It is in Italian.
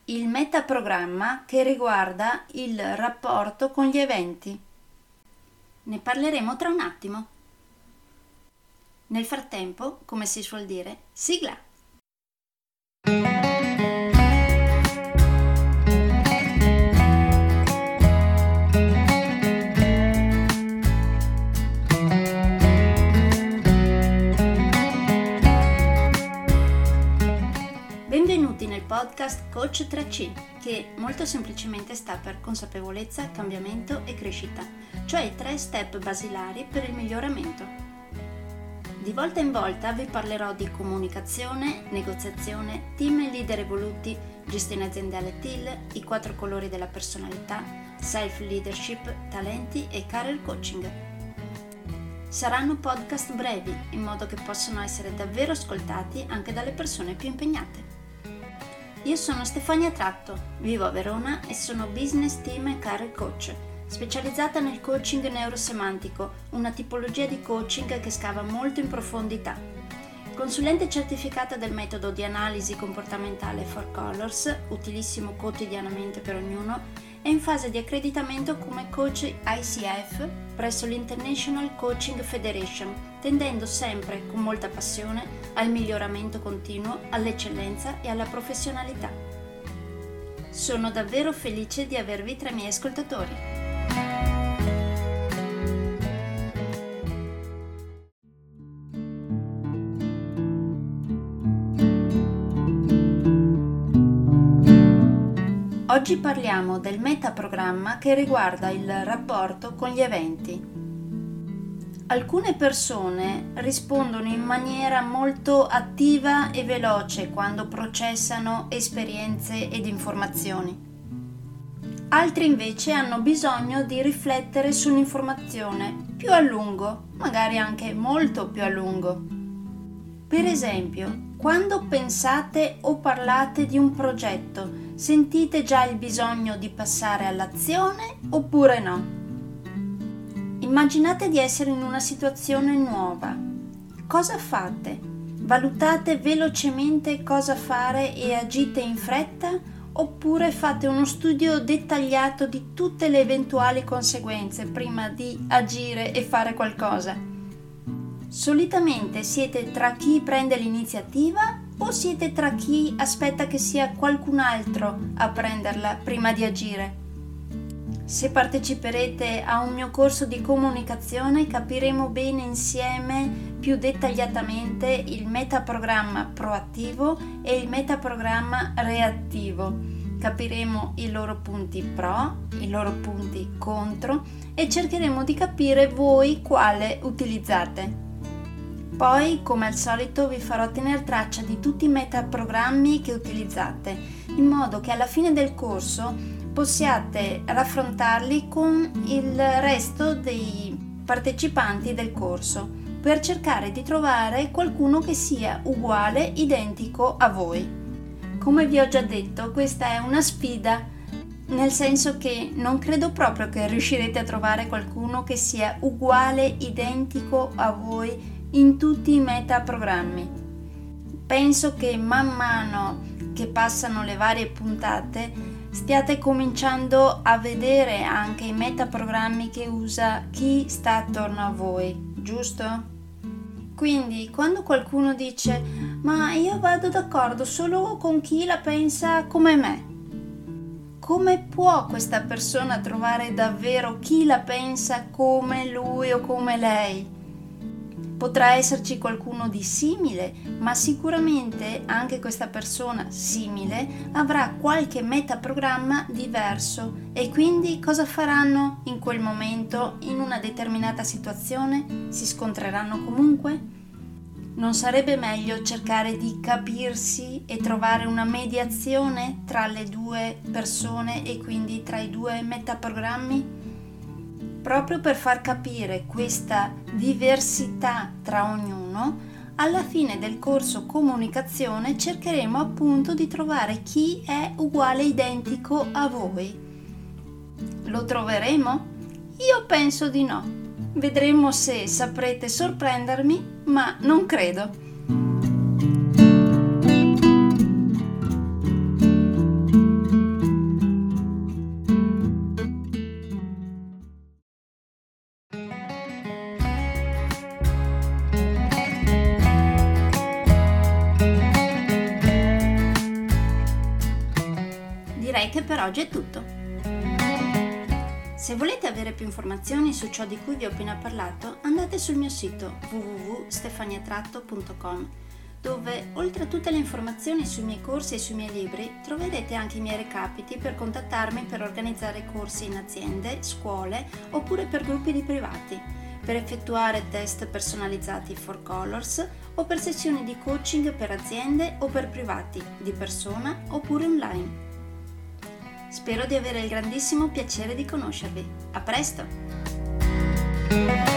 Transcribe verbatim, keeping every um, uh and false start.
il metaprogramma che riguarda il rapporto con gli eventi. Ne parleremo tra un attimo. Nel frattempo, come si suol dire, sigla! Benvenuti nel podcast Coach tre C, che molto semplicemente sta per consapevolezza, cambiamento e crescita, cioè i tre step basilari per il miglioramento. Di volta in volta vi parlerò di comunicazione, negoziazione, team e leader evoluti, gestione aziendale T I L, i quattro colori della personalità, self-leadership, talenti e career coaching. Saranno podcast brevi, in modo che possano essere davvero ascoltati anche dalle persone più impegnate. Io sono Stefania Tratto, vivo a Verona e sono business team e career coach, specializzata nel coaching neurosemantico, una tipologia di coaching che scava molto in profondità. Consulente certificata del metodo di analisi comportamentale Four Colors, utilissimo quotidianamente per ognuno, e in fase di accreditamento come coach I C F presso l'International Coaching Federation, tendendo sempre con molta passione al miglioramento continuo, all'eccellenza e alla professionalità. Sono davvero felice di avervi tra i miei ascoltatori. Oggi parliamo del metaprogramma che riguarda il rapporto con gli eventi. Alcune persone rispondono in maniera molto attiva e veloce quando processano esperienze ed informazioni. Altri invece hanno bisogno di riflettere su un'informazione più a lungo, magari anche molto più a lungo. Per esempio, quando pensate o parlate di un progetto, sentite già il bisogno di passare all'azione oppure no? Immaginate di essere in una situazione nuova. Cosa fate? Valutate velocemente cosa fare e agite in fretta oppure fate uno studio dettagliato di tutte le eventuali conseguenze prima di agire e fare qualcosa? Solitamente siete tra chi prende l'iniziativa o siete tra chi aspetta che sia qualcun altro a prenderla prima di agire? Se parteciperete a un mio corso di comunicazione capiremo bene insieme più dettagliatamente il metaprogramma proattivo e il metaprogramma reattivo. Capiremo i loro punti pro, i loro punti contro e cercheremo di capire voi quale utilizzate. Poi, come al solito, vi farò tenere traccia di tutti i metaprogrammi che utilizzate, in modo che alla fine del corso possiate raffrontarli con il resto dei partecipanti del corso, per cercare di trovare qualcuno che sia uguale, identico a voi. Come vi ho già detto, questa è una sfida, nel senso che non credo proprio che riuscirete a trovare qualcuno che sia uguale, identico a voi in tutti i metaprogrammi. Penso che man mano che passano le varie puntate stiate cominciando a vedere anche i metaprogrammi che usa chi sta attorno a voi, giusto? Quindi quando qualcuno dice ma io vado d'accordo solo con chi la pensa come me, come può questa persona trovare davvero chi la pensa come lui o come lei? Potrà esserci qualcuno di simile, ma sicuramente anche questa persona simile avrà qualche metaprogramma diverso e quindi cosa faranno in quel momento in una determinata situazione? Si scontreranno comunque? Non sarebbe meglio cercare di capirsi e trovare una mediazione tra le due persone e quindi tra i due metaprogrammi? Proprio per far capire questa diversità tra ognuno, alla fine del corso comunicazione cercheremo appunto di trovare chi è uguale identico a voi. Lo troveremo? Io penso di no. Vedremo se saprete sorprendermi, ma non credo. Direi che per oggi è tutto. Se volete avere più informazioni su ciò di cui vi ho appena parlato, andate sul mio sito w w w punto stefania tratto punto com, dove, oltre a tutte le informazioni sui miei corsi e sui miei libri, troverete anche i miei recapiti per contattarmi per organizzare corsi in aziende, scuole oppure per gruppi di privati, per effettuare test personalizzati for Colors o per sessioni di coaching per aziende o per privati, di persona oppure online. Spero di avere il grandissimo piacere di conoscervi. A presto!